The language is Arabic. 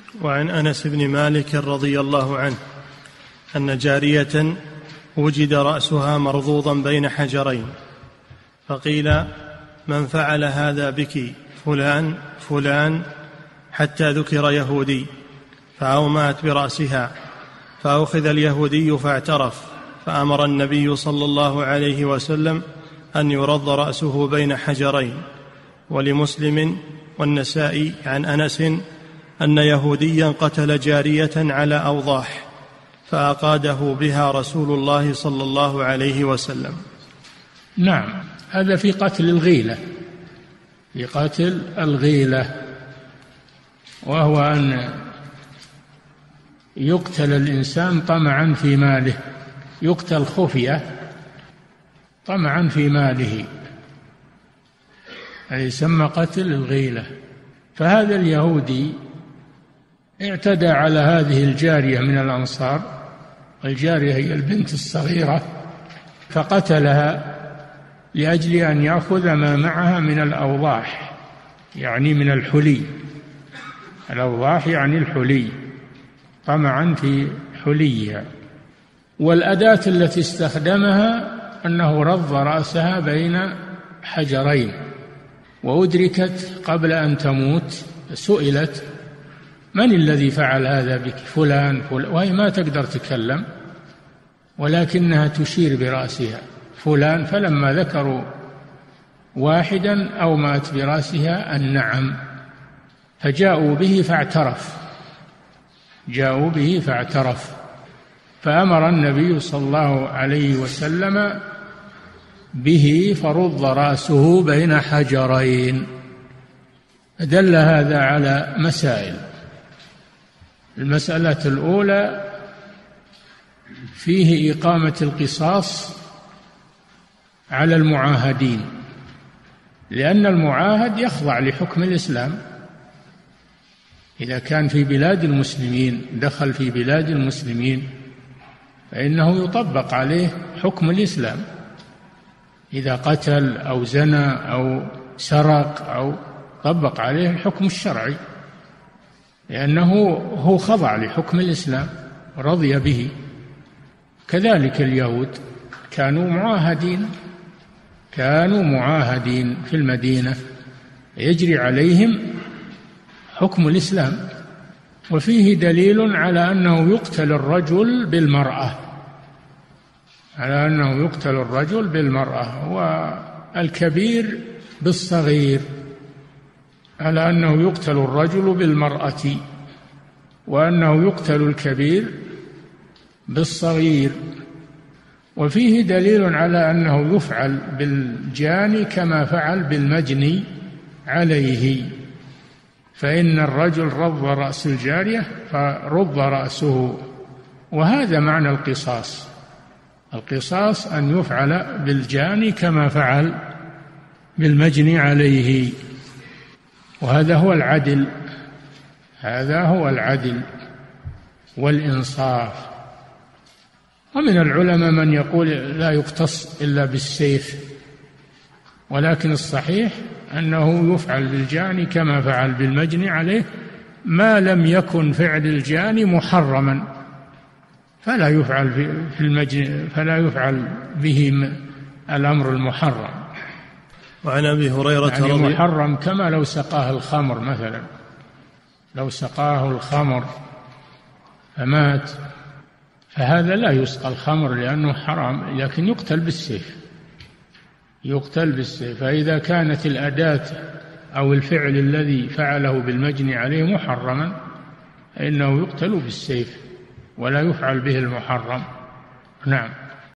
وعن أنس بن مالك رضي الله عنه أن جارية وجد رأسها مرضوضا بين حجرين، فقيل: من فعل هذا بك؟ فلان فلان، حتى ذكر يهودي، فأومأت برأسها، فأخذ اليهودي فاعترف، فأمر النبي صلى الله عليه وسلم أن يرض رأسه بين حجرين. ولمسلم والنسائي عن أنس أن يهوديا قتل جارية على أوضاح، فأقاده بها رسول الله صلى الله عليه وسلم. نعم، هذا في قتل الغيلة، في قتل الغيلة، وهو أن يقتل الإنسان طمعا في ماله، يقتل خفية طمعا في ماله، هذا يسمى قتل الغيلة. فهذا اليهودي اعتدى على هذه الجارية من الأنصار، الجارية هي البنت الصغيرة، فقتلها لأجل أن يأخذ ما معها من الأوضاح، يعني من الحلي، الأوضاح يعني الحلي، طمعا في حليها. والأداة التي استخدمها أنه رض رأسها بين حجرين، وأدركت قبل أن تموت، سئلت: من الذي فعل هذا بك؟ فلان فلان، وهي ما تقدر تتكلم ولكنها تشير برأسها فلان. فلما ذكروا واحدا أومأت برأسها النعم، فجاءوا به فاعترف، جاءوا به فاعترف، فأمر النبي صلى الله عليه وسلم به فرض رأسه بين حجرين. دل هذا على مسائل. المسألة الأولى: فيه إقامة القصاص على المعاهدين، لأن المعاهد يخضع لحكم الإسلام. إذا كان في بلاد المسلمين، دخل في بلاد المسلمين، فإنه يطبق عليه حكم الإسلام. إذا قتل أو زنى أو سرق أو طبق عليه الحكم الشرعي، لأنه هو خضع لحكم الإسلام رضي به. كذلك اليهود كانوا معاهدين في المدينة، يجري عليهم حكم الإسلام. وفيه دليل على أنه يقتل الرجل بالمرأة، والكبير بالصغير، على أنه يقتل الرجل بالمرأة، وأنه يقتل الكبير بالصغير. وفيه دليل على أنه يفعل بالجاني كما فعل بالمجني عليه، فإن الرجل رض رأس الجارية فرض رأسه. وهذا معنى القصاص، القصاص أن يفعل بالجاني كما فعل بالمجني عليه، وهذا هو العدل، هذا هو العدل والإنصاف. ومن العلماء من يقول لا يقتص إلا بالسيف، ولكن الصحيح أنه يفعل بالجاني كما فعل بالمجني عليه، ما لم يكن فعل الجاني محرما، فلا يفعل في المجني، فلا يفعل به الأمر المحرم. وعن أبي هريرة يعني محرم كما لو سقاه الخمر مثلا، لو سقاه الخمر فمات، فهذا لا يسقى الخمر لأنه حرام، لكن يقتل بالسيف، يقتل بالسيف. فإذا كانت الأداة أو الفعل الذي فعله بالمجني عليه محرما، فإنه يقتل بالسيف ولا يفعل به المحرم. نعم.